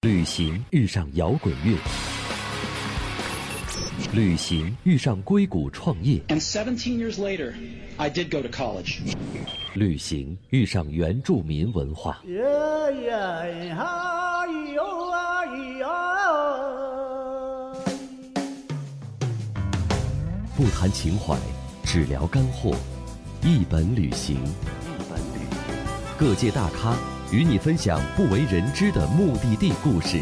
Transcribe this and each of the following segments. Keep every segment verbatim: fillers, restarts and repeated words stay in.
旅行遇上摇滚乐，旅行遇上硅谷创业， And seventeen years later, I did go to college. 旅行遇上原住民文化。不谈情怀，只聊干货。一本旅行，一本旅行，各界大咖与你分享不为人知的目的地故事。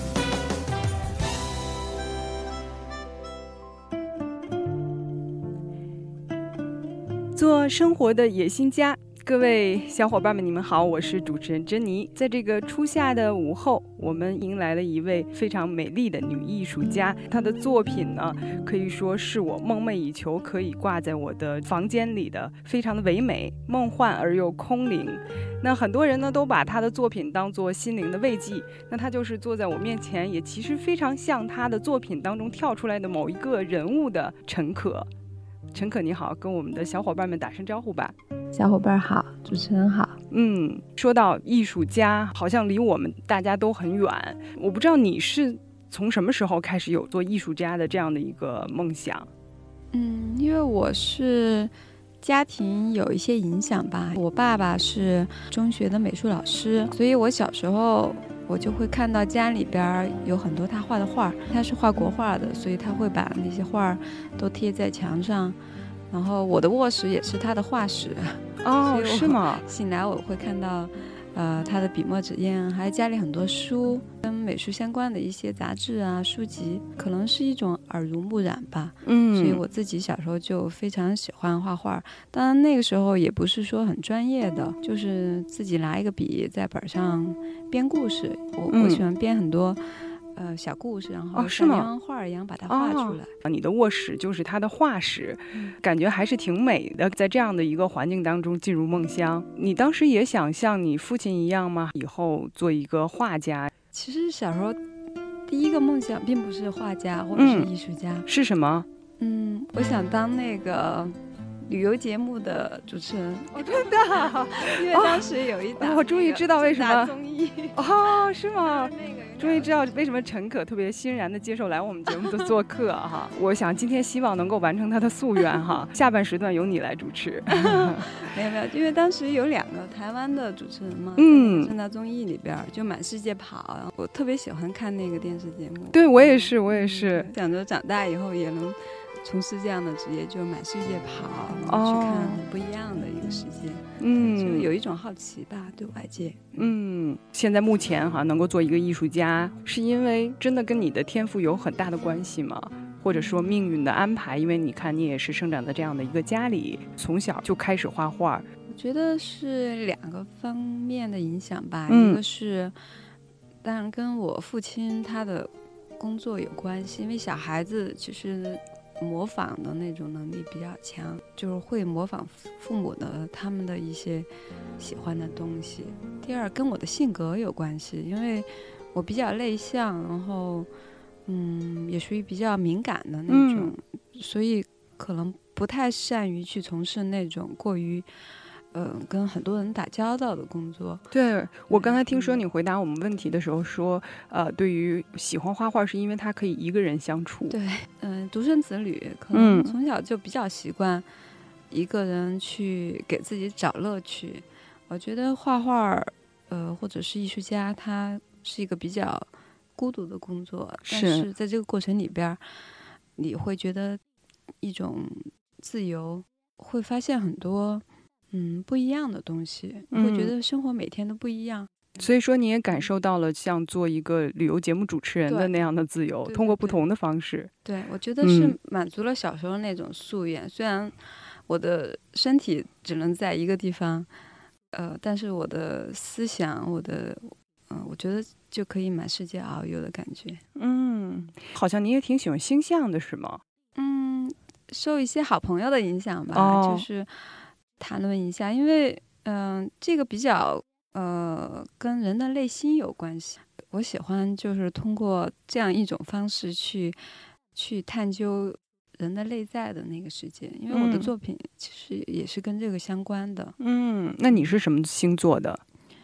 做生活的野心家，各位小伙伴们，你们好，我是主持人珍妮。在这个初夏的午后，我们迎来了一位非常美丽的女艺术家，她的作品呢，可以说是我梦寐以求可以挂在我的房间里的，非常的唯美、梦幻而又空灵。那很多人呢都把她的作品当作心灵的慰藉，那她就是坐在我面前，也其实非常像她的作品当中跳出来的某一个人物的陈可。陈可你好，跟我们的小伙伴们打声招呼吧。 小伙伴好，主持人好。 嗯，说到艺术家，好像离我们大家都很远。我不知道你是从什么时候开始有做艺术家的这样的一个梦想？ 嗯，因为我是家庭有一些影响吧。我爸爸是中学的美术老师，所以我小时候我就会看到家里边有很多他画的画，他是画国画的，所以他会把那些画都贴在墙上。然后我的卧室也是他的画室。 哦，是吗？ 醒来我会看到呃，他的笔墨纸砚，还有家里很多书跟美术相关的一些杂志啊书籍，可能是一种耳濡目染吧。嗯，所以我自己小时候就非常喜欢画画，当然那个时候也不是说很专业的，就是自己拿一个笔在本上编故事。我、嗯、我喜欢编很多呃，小故事，然后像连环画一样把它画出来。 哦、你的卧室就是他的画室、嗯，感觉还是挺美的。在这样的一个环境当中进入梦乡，你当时也想像你父亲一样吗？以后做一个画家？ 其实小时候第一个梦想并不是画家或者是艺术家、嗯， 是什么？ 嗯，我想当那个旅游节目的主持人。 哦，真的？ 因为当时有一档、 哦，我终于知道为什么综艺哦，是吗？终于知道为什么陈可特别欣然地接受来我们节目的做客哈。我想今天希望能够完成他的夙愿哈。下半时段由你来主持。 没有没有，因为当时有两个台湾的主持人嘛，嗯，正大综艺里边就满世界跑，我特别喜欢看那个电视节目。 对，我也是，我也是， 想着长大以后也能从事这样的职业，就满世界跑，然后去看不一样的一个世界。嗯，就有一种好奇吧，对外界。 嗯，现在目前哈能够做一个艺术家，是因为真的跟你的天赋有很大的关系吗？或者说命运的安排？因为你看，你也是生长在这样的一个家里，从小就开始画画。 我觉得是两个方面的影响吧，嗯、一个是当然跟我父亲他的工作有关系，因为小孩子其实模仿的那种能力比较强，就是会模仿父母的他们的一些喜欢的东西。第二跟我的性格有关系，因为我比较内向，然后嗯也属于比较敏感的那种、嗯、所以可能不太善于去从事那种过于呃，跟很多人打交道的工作。 对，我刚才听说你回答我们问题的时候说，呃，对于喜欢画画是因为他可以一个人相处。 对，嗯、呃，独生子女可能从小就比较习惯一个人去给自己找乐趣。我觉得画画，呃，或者是艺术家，他是一个比较孤独的工作，但是在这个过程里边，你会觉得一种自由，会发现很多。嗯，不一样的东西，你会觉得生活每天都不一样、 嗯、所以说你也感受到了像做一个旅游节目主持人的那样的自由，通过不同的方式。 对，我觉得是满足了小时候那种夙愿、嗯、虽然我的身体只能在一个地方呃，但是我的思想我的嗯、呃，我觉得就可以满世界遨游的感觉。 嗯，好像你也挺喜欢星象的是吗？ 嗯，受一些好朋友的影响吧、哦、就是谈论一下，因为嗯、呃，这个比较呃跟人的内心有关系。我喜欢就是通过这样一种方式去去探究人的内在的那个世界，因为我的作品其实也是跟这个相关的。 嗯，那你是什么星座的？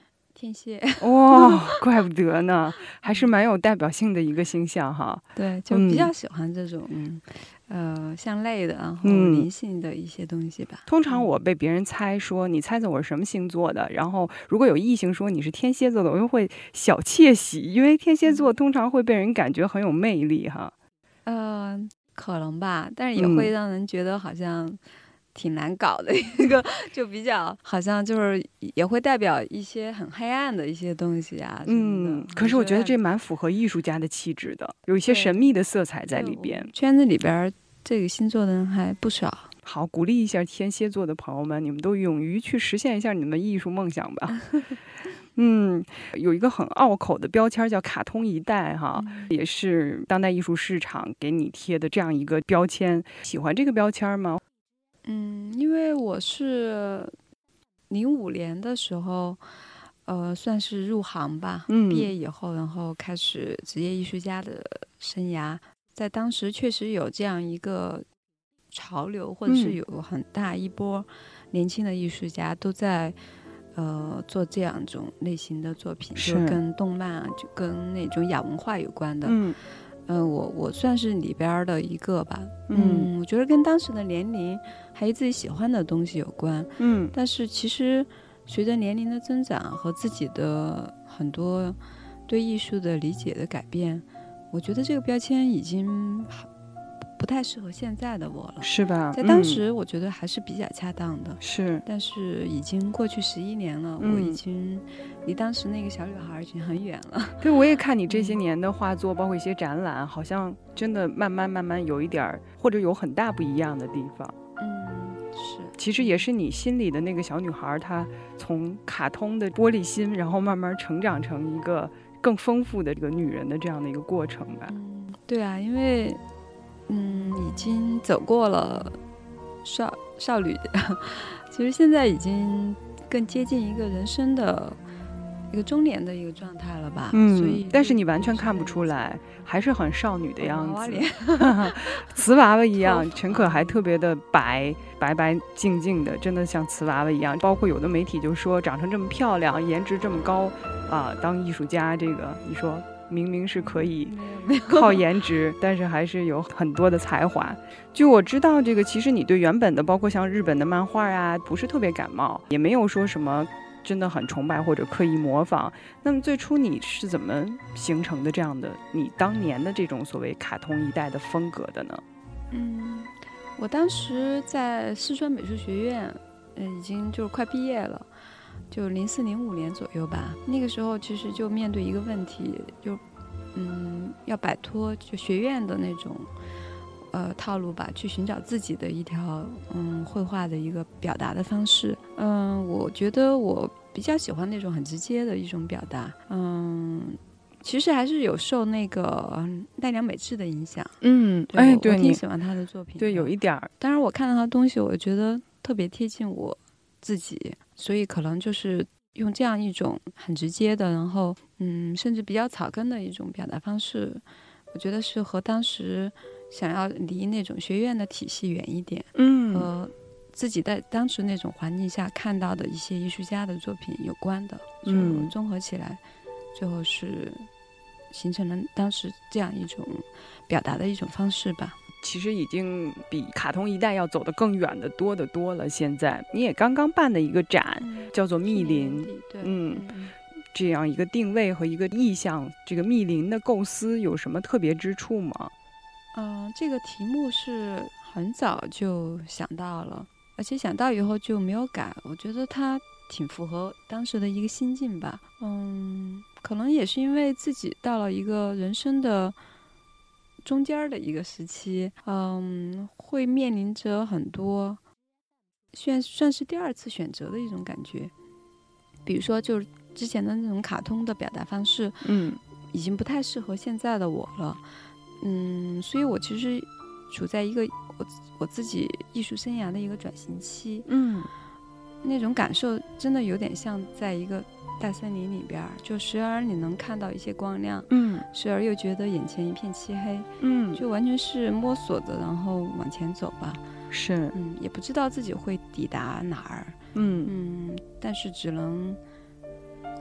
天蝎。 哇、哦，怪不得呢，还是蛮有代表性的一个星象哈。 对，就比较喜欢这种、嗯、呃像类的，然后灵性的一些东西吧、 嗯、通常我被别人猜说你猜猜我是什么星座的，然后如果有异性说你是天蝎座的，我就会小窃喜，因为天蝎座通常会被人感觉很有魅力哈。 呃可能吧，但是也会让人觉得好像挺难搞的一个、嗯、就比较好像就是也会代表一些很黑暗的一些东西啊什么的。 嗯，可是我觉得这蛮符合艺术家的气质的，有一些神秘的色彩在里边。 圈子里边这个星座的人还不少。 好，鼓励一下天蝎座的朋友们，你们都勇于去实现一下你们的艺术梦想吧。嗯，有一个很拗口的标签叫卡通一代哈、嗯，也是当代艺术市场给你贴的这样一个标签，喜欢这个标签吗？ 嗯，因为我是零五年的时候呃，算是入行吧、嗯、毕业以后然后开始职业艺术家的生涯，在当时确实有这样一个潮流，或者是有很大一波年轻的艺术家都在呃做这样一种类型的作品，就跟动漫啊，就跟那种亚文化有关的。嗯嗯、呃，我我算是里边的一个吧。嗯，我觉得跟当时的年龄还有自己喜欢的东西有关。嗯，但是其实随着年龄的增长和自己的很多对艺术的理解的改变，我觉得这个标签已经不太适合现在的我了， 是吧？ 在当时我觉得还是比较恰当的， 是、嗯。 但是已经过去十一年了、嗯，我已经离当时那个小女孩已经很远了。 对，我也看你这些年的画作，包括一些展览，好像真的慢慢慢慢有一点，或者有很大不一样的地方。 嗯，是。 其实也是你心里的那个小女孩，她从卡通的玻璃心，然后慢慢成长成一个更丰富的这个女人的这样的一个过程吧。 嗯，对啊，因为。嗯，已经走过了少少女的，其实现在已经更接近一个人生的一个中年的一个状态了吧。 嗯， 所以但是你完全看不出来，还是很少女的样子，瓷娃娃一样。陈可还特别的白白白净净的，真的像瓷娃娃一样。包括有的媒体就说长成这么漂亮，颜值这么高啊，当艺术家这个，你说明明是可以靠颜值，但是还是有很多的才华。据我知道，这个其实你对原本的包括像日本的漫画啊不是特别感冒，也没有说什么真的很崇拜或者刻意模仿。那么最初你是怎么形成的这样的你当年的这种所谓卡通一代的风格的呢？ 嗯，我当时在四川美术学院、呃、已经就是快毕业了，就零四零五年左右吧。那个时候其实就面对一个问题，就嗯要摆脱就学院的那种呃套路吧，去寻找自己的一条嗯绘画的一个表达的方式。嗯，我觉得我比较喜欢那种很直接的一种表达。嗯，其实还是有受那个奈良美智的影响。 嗯， 对哎，对， 我挺喜欢他的作品的。 对，有一点儿。 当然我看到他的东西，我觉得特别贴近我自己，所以可能就是用这样一种很直接的，然后嗯，甚至比较草根的一种表达方式，我觉得是和当时想要离那种学院的体系远一点， 嗯， 和自己在当时那种环境下看到的一些艺术家的作品有关的，就综合起来，最后是形成了当时这样一种表达的一种方式吧。 其实已经比卡通一代要走得更远的多得多了。现在你也刚刚办的一个展、嗯、叫做密林，嗯，嗯这样一个定位和一个意向，这个密林的构思有什么特别之处吗？ 嗯、呃，这个题目是很早就想到了，而且想到以后就没有改。我觉得它挺符合当时的一个心境吧。嗯，可能也是因为自己到了一个人生的中间的一个时期，嗯，会面临着很多算算是第二次选择的一种感觉。比如说就是之前的那种卡通的表达方式， 嗯， 已经不太适合现在的我了。嗯，所以我其实处在一个我我自己艺术生涯的一个转型期。 嗯， 那种感受真的有点像在一个大森林里边，就时而你能看到一些光亮， 嗯， 时而又觉得眼前一片漆黑， 嗯， 就完全是摸索的，然后往前走吧。 是， 嗯，也不知道自己会抵达哪儿， 嗯嗯，但是只能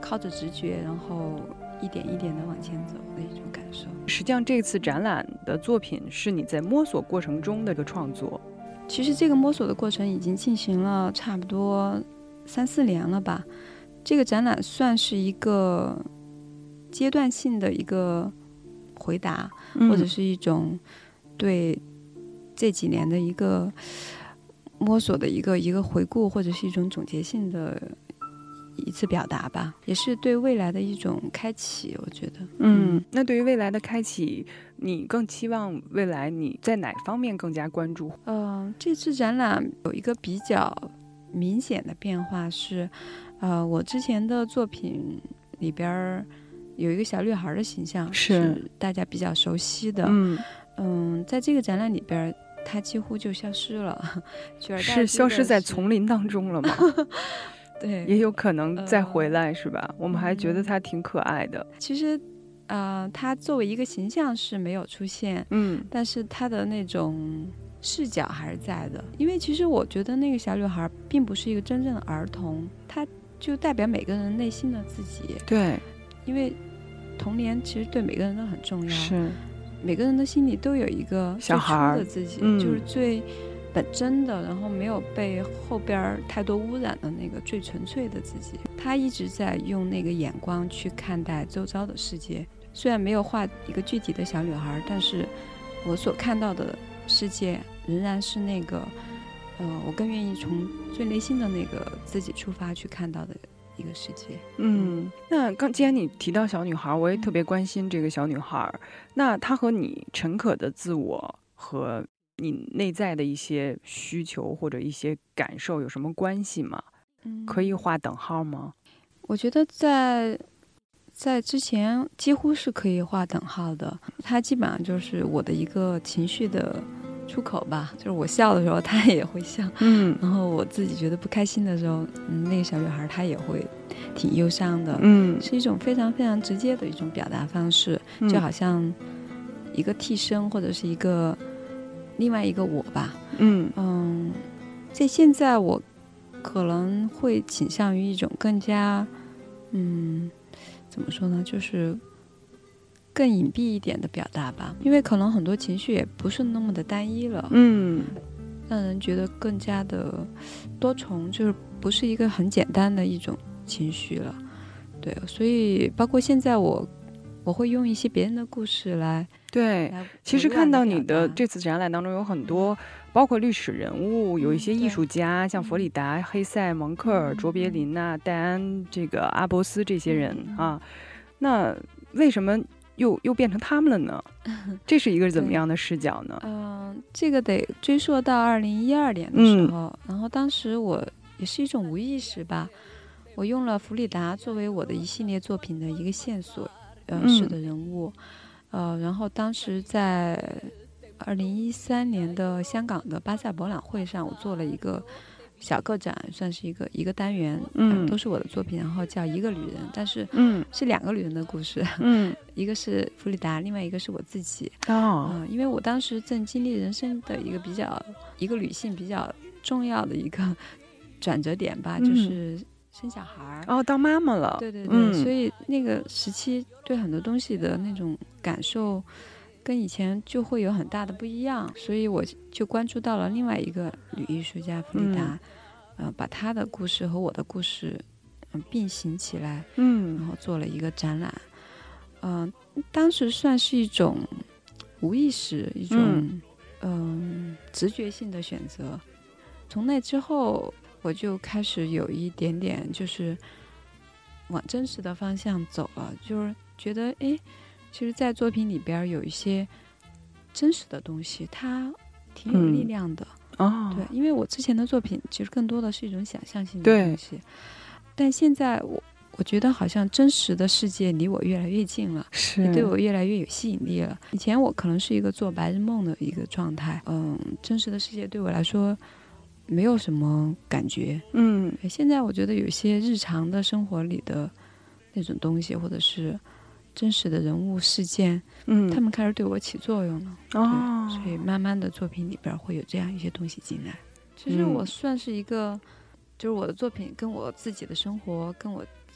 靠着直觉，然后一点一点的往前走的一种感受。 实际上这次展览的作品是你在摸索过程中的一个创作。 其实这个摸索的过程已经进行了差不多三四年了吧。这个展览算是一个阶段性的一个回答、嗯、或者是一种对这几年的一个摸索的一个一个回顾，或者是一种总结性的一次表达吧，也是对未来的一种开启，我觉得。 嗯，那对于未来的开启，你更期望未来你在哪方面更加关注？ 嗯、呃，这次展览有一个比较明显的变化是，呃，我之前的作品里边有一个小女孩的形象是大家比较熟悉的。嗯嗯，在这个展览里边，它几乎就消失了，取而代之的是消失在丛林当中了吗？ 对， 也有可能再回来、呃、是吧？我们还觉得他挺可爱的。 其实呃，他作为一个形象是没有出现，嗯，但是他的那种视角还是在的。因为其实我觉得那个小女孩并不是一个真正的儿童，她就代表每个人内心的自己。 对， 因为童年其实对每个人都很重要， 是每个人的心里都有一个小孩的自己、 嗯、 就是最本真的，然后没有被后边太多污染的那个最纯粹的自己。他一直在用那个眼光去看待周遭的世界，虽然没有画一个具体的小女孩，但是我所看到的世界仍然是那个呃，我更愿意从最内心的那个自己出发去看到的一个世界。 嗯，那刚既然你提到小女孩，我也特别关心这个小女孩、嗯、那她和你诚恳的自我和你内在的一些需求或者一些感受有什么关系吗？嗯，可以划等号吗？ 我觉得在在之前几乎是可以划等号的，它基本上就是我的一个情绪的出口吧，就是我笑的时候她也会笑，嗯，然后我自己觉得不开心的时候，嗯，那个小女孩她也会挺忧伤的，嗯，是一种非常非常直接的一种表达方式，嗯、就好像一个替身或者是一个另外一个我吧。嗯嗯，在现在我可能会倾向于一种更加嗯怎么说呢，就是更隐蔽一点的表达吧，因为可能很多情绪也不是那么的单一了，嗯，让人觉得更加的多重，就是不是一个很简单的一种情绪了。对，所以包括现在我我会用一些别人的故事来对来其实看到你的这次展览当中有很多包括历史人物，有一些艺术家、嗯、像弗里达、黑塞、蒙克尔、卓别林啊、戴安、这个阿伯斯这些人、嗯、啊，那为什么又又变成他们了呢？这是一个怎么样的视角呢？ 嗯、呃，这个得追溯到二零一二年的时候、嗯、然后当时我也是一种无意识吧，我用了弗里达作为我的一系列作品的一个线索呃式的人物、嗯、呃，然后当时在二零一三年的香港的巴塞博览会上，我做了一个小个展，算是一个一个单元，嗯、呃，都是我的作品，然后叫一个旅人，但是嗯是两个旅人的故事，嗯，一个是弗里达，另外一个是我自己哦、呃，因为我当时正经历人生的一个比较一个女性比较重要的一个转折点吧，嗯、就是生小孩哦，当妈妈了， 对对对、嗯，所以那个时期对很多东西的那种感受跟以前就会有很大的不一样，所以我就关注到了另外一个女艺术家弗里达，嗯、呃，把她的故事和我的故事、呃、并行起来，嗯，然后做了一个展览，嗯、呃，当时算是一种无意识，一种嗯、呃、直觉性的选择。从那之后，我就开始有一点点就是往真实的方向走了，就是觉得哎。其实在作品里边有一些真实的东西，它挺有力量的、嗯哦、对，因为我之前的作品其实更多的是一种想象性的东西，但现在我我觉得好像真实的世界离我越来越近了，是也对我越来越有吸引力了。以前我可能是一个做白日梦的一个状态，嗯，真实的世界对我来说没有什么感觉，嗯，现在我觉得有一些日常的生活里的那种东西，或者是真实的人物事件，嗯，他们开始对我起作用了，哦，所以慢慢的作品里边会有这样一些东西进来。其实我算是一个、嗯、就是我的作品跟我自己的生活跟我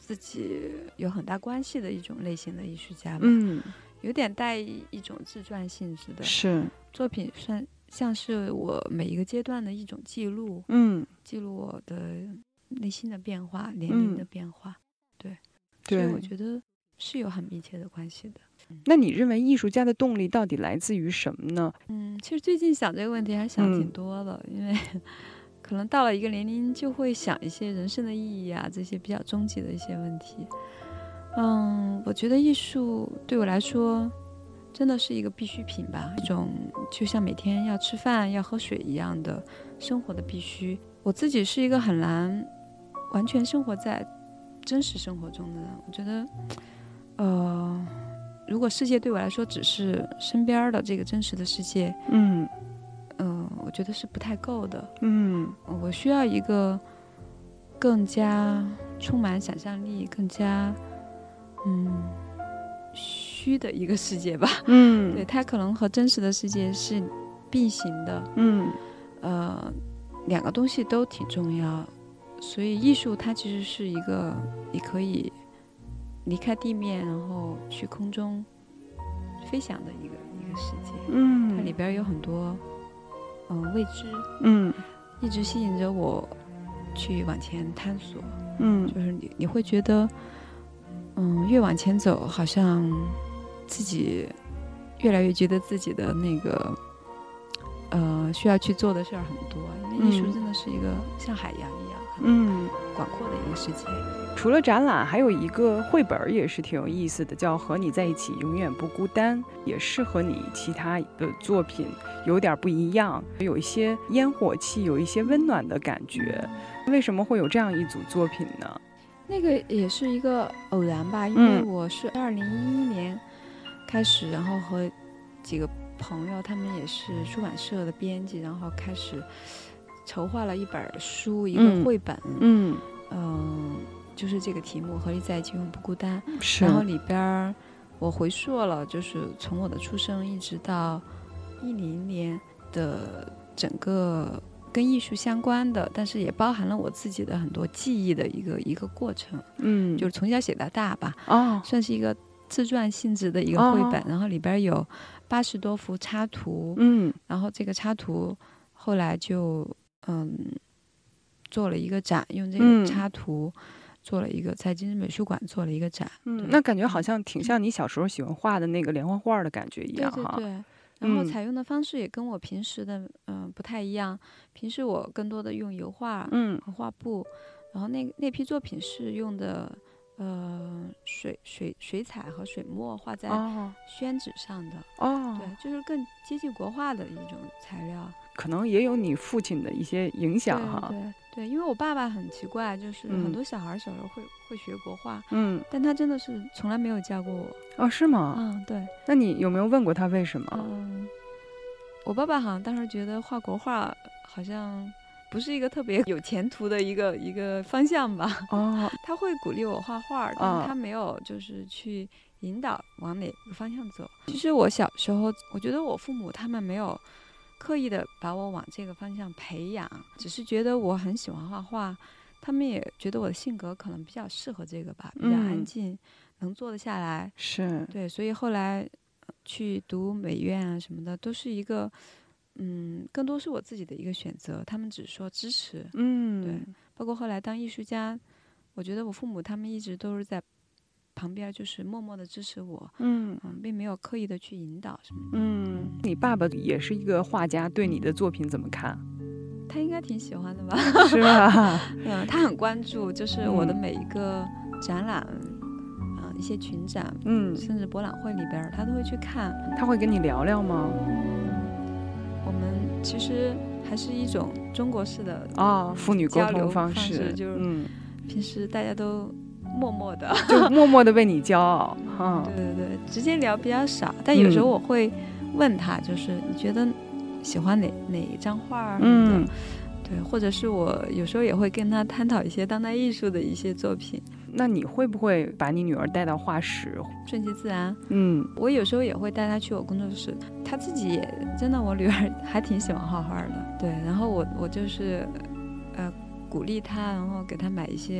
自己有很大关系的一种类型的艺术家吧。 嗯， 有点带一种自传性质的， 是作品算像是我每一个阶段的一种记录， 嗯， 记录我的内心的变化，年龄的变化，嗯、对， 对， 所以我觉得是有很密切的关系的。 那你认为艺术家的动力到底来自于什么呢？ 嗯，其实最近想这个问题还想挺多的，嗯、因为可能到了一个年龄就会想一些人生的意义啊，这些比较终极的一些问题。嗯，我觉得艺术对我来说真的是一个必需品吧，一种就像每天要吃饭要喝水一样的生活的必须。我自己是一个很难完全生活在真实生活中的人，我觉得呃如果世界对我来说只是身边的这个真实的世界，嗯嗯、呃，我觉得是不太够的。嗯，我需要一个更加充满想象力、更加嗯虚的一个世界吧。嗯，对，它可能和真实的世界是并行的。嗯，呃，两个东西都挺重要，所以艺术它其实是一个你可以离开地面，然后去空中飞翔的一个一个世界。嗯，它里边有很多嗯、呃、未知，嗯，一直吸引着我去往前探索。嗯，就是你你会觉得，嗯，越往前走，好像自己越来越觉得自己的那个呃需要去做的事儿很多，因为艺术真的是一个像海洋一样很广阔的一个世界。 除了展览，还有一个绘本也是挺有意思的，叫《和你在一起永远不孤单》，也是和你其他的作品有点不一样，有一些烟火气，有一些温暖的感觉。为什么会有这样一组作品呢？ 那个也是一个偶然吧，因为我是二零一一年开始，然后和几个朋友，他们也是出版社的编辑，然后开始筹划了一本书，一个绘本。嗯嗯。呃就是这个题目和你在一起永远不孤单，然后里边我回溯了，就是从我的出生一直到一零年的整个跟艺术相关的，但是也包含了我自己的很多记忆的一个一个过程。嗯，就是从小写到大吧，哦，算是一个自传性质的一个绘本。哦，然后里边有八十多幅插图。嗯，然后这个插图后来就嗯做了一个展，用这个插图。嗯，做了一个在金日美术馆做了一个展。嗯， 那感觉好像挺像你小时候喜欢画的那个连环画的感觉一样哈。 对对对，然后采用的方式也跟我平时的嗯、呃、不太一样。平时我更多的用油画嗯和画布，然后那那批作品是用的呃水水水彩和水墨画在宣纸上的。哦，对，就是更接近国画的一种材料。 可能也有你父亲的一些影响哈。 对对对，因为我爸爸很奇怪，就是很多小孩小时候会、嗯、会学国画，嗯，但他真的是从来没有教过我。 哦，是吗？ 嗯，对。 那你有没有问过他为什么？ 嗯，我爸爸好像当时觉得画国画好像不是一个特别有前途的一个一个方向吧。哦，他会鼓励我画画，但是他没有就是去引导往哪个方向走。其实我小时候，我觉得我父母他们没有刻意的把我往这个方向培养，只是觉得我很喜欢画画，他们也觉得我的性格可能比较适合这个吧，比较安静，嗯、能坐得下来。 是对，所以后来去读美院啊什么的，都是一个，嗯，更多是我自己的一个选择，他们只说支持。嗯，对，包括后来当艺术家，我觉得我父母他们一直都是在旁边，就是默默的支持我，嗯嗯，并没有刻意的去引导什么的。 嗯，你爸爸也是一个画家，对你的作品怎么看？ 他应该挺喜欢的吧？ 是吧？ 嗯，他很关注，就是我的每一个展览，嗯、呃，一些群展，嗯，甚至博览会里边，他都会去看。 他会跟你聊聊吗？ 嗯，我们其实还是一种中国式的啊、哦、父女沟通方式，就是嗯，平时大家都。默默的， 就默默的为你骄傲。嗯， 对对对，直接聊比较少，但有时候我会问他，就是你觉得喜欢哪哪一张画？嗯，对，或者是我有时候也会跟他探讨一些当代艺术的一些作品。 那你会不会把你女儿带到画室？ 顺其自然。嗯，我有时候也会带她去我工作室，她自己也真的，我女儿还挺喜欢画画的。对，然后我我就是呃鼓励她，然后给她买一些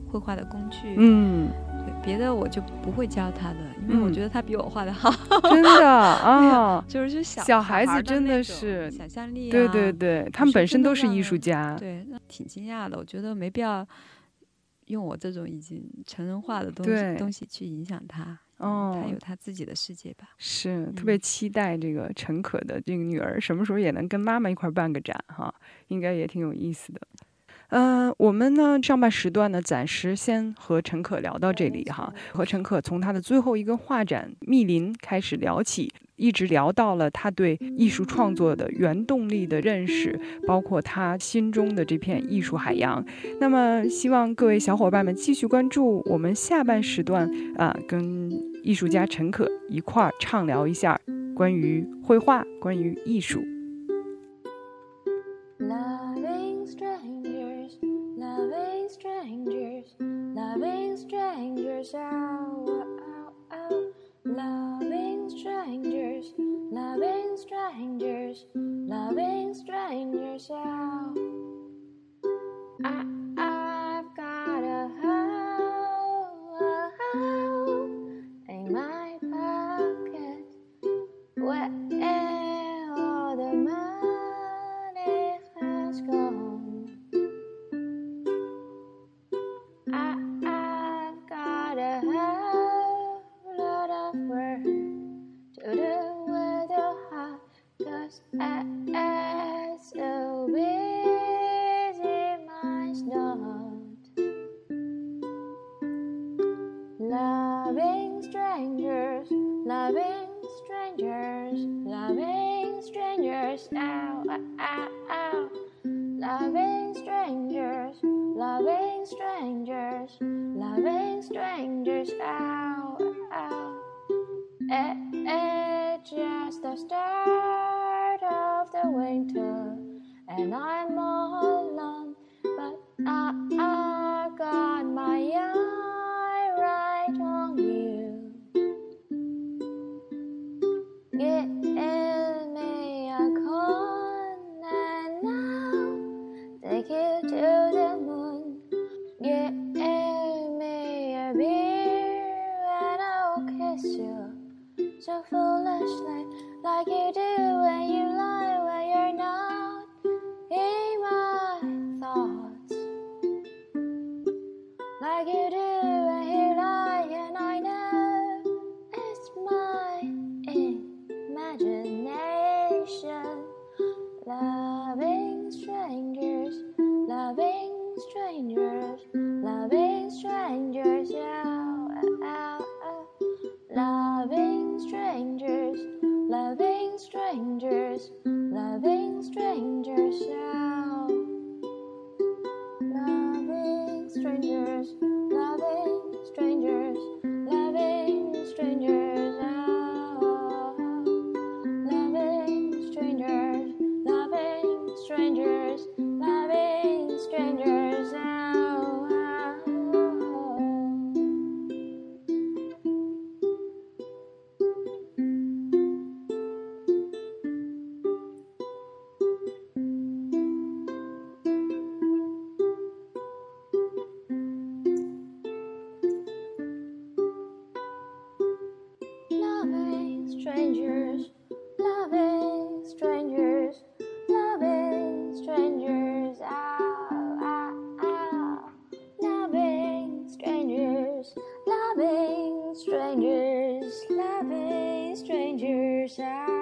绘画的工具。 嗯， 对，别的我就不会教他的，因为我觉得他比我画的好。 真的啊， 就是就小小孩子的真的那是种想象力、啊， 对对对，他们本身都是艺术家。 对，那挺惊讶的。我觉得没必要用我这种已经成人化的东对西东西去影响他。 哦， 他有他自己的世界吧。 是、 嗯、 特别期待这个陈可的这个女儿什么时候也能跟妈妈一块办个展哈，应该也挺有意思的。呃，我们呢上半时段呢暂时先和陈可聊到这里哈，和陈可从他的最后一个画展《密林》开始聊起，一直聊到了他对艺术创作的原动力的认识，包括他心中的这片艺术海洋。那么希望各位小伙伴们继续关注我们下半时段啊、呃，跟艺术家陈可一块儿畅聊一下关于绘画，关于艺术。 Loving strangers, loving strangers, loving strangers, ow, ow, ow. Loving strangers, loving strangers, loving strangers, ow. I, I've got a hole, a hole in my pocket where all the money has gone. I, I've got a whole lot of work to do with your heart, 'cause I, I'm so busy, mine's not. Loving strangers, loving strangers, loving strangers, ow, ow, ow, ow. Loving strangers, loving strangers, loving strangers, ow, ow. It, it's just the start of the winter, and I'm all alone, but I, I got my eye right on you. Give me a cone and now take you to the moon. Give me a beer and I'll kiss you so foolishly, like you do when you lie when you're not in my thoughts, like you do when you lie and I know it's my imagination. Loving strangers, loving strangers, loving strangers, ow, ow, ow. Loving strangers, loving strangers, loving strangers, ow. Loving strangers, loving strangers, loving strangers, ow. Loving strangers, loving strangers, loving strangers, ow, ow. Loving strangers, loving strangers, loving strangers, ow, ow, ow. Loving strangers, loving strangers, loving strangers, ow.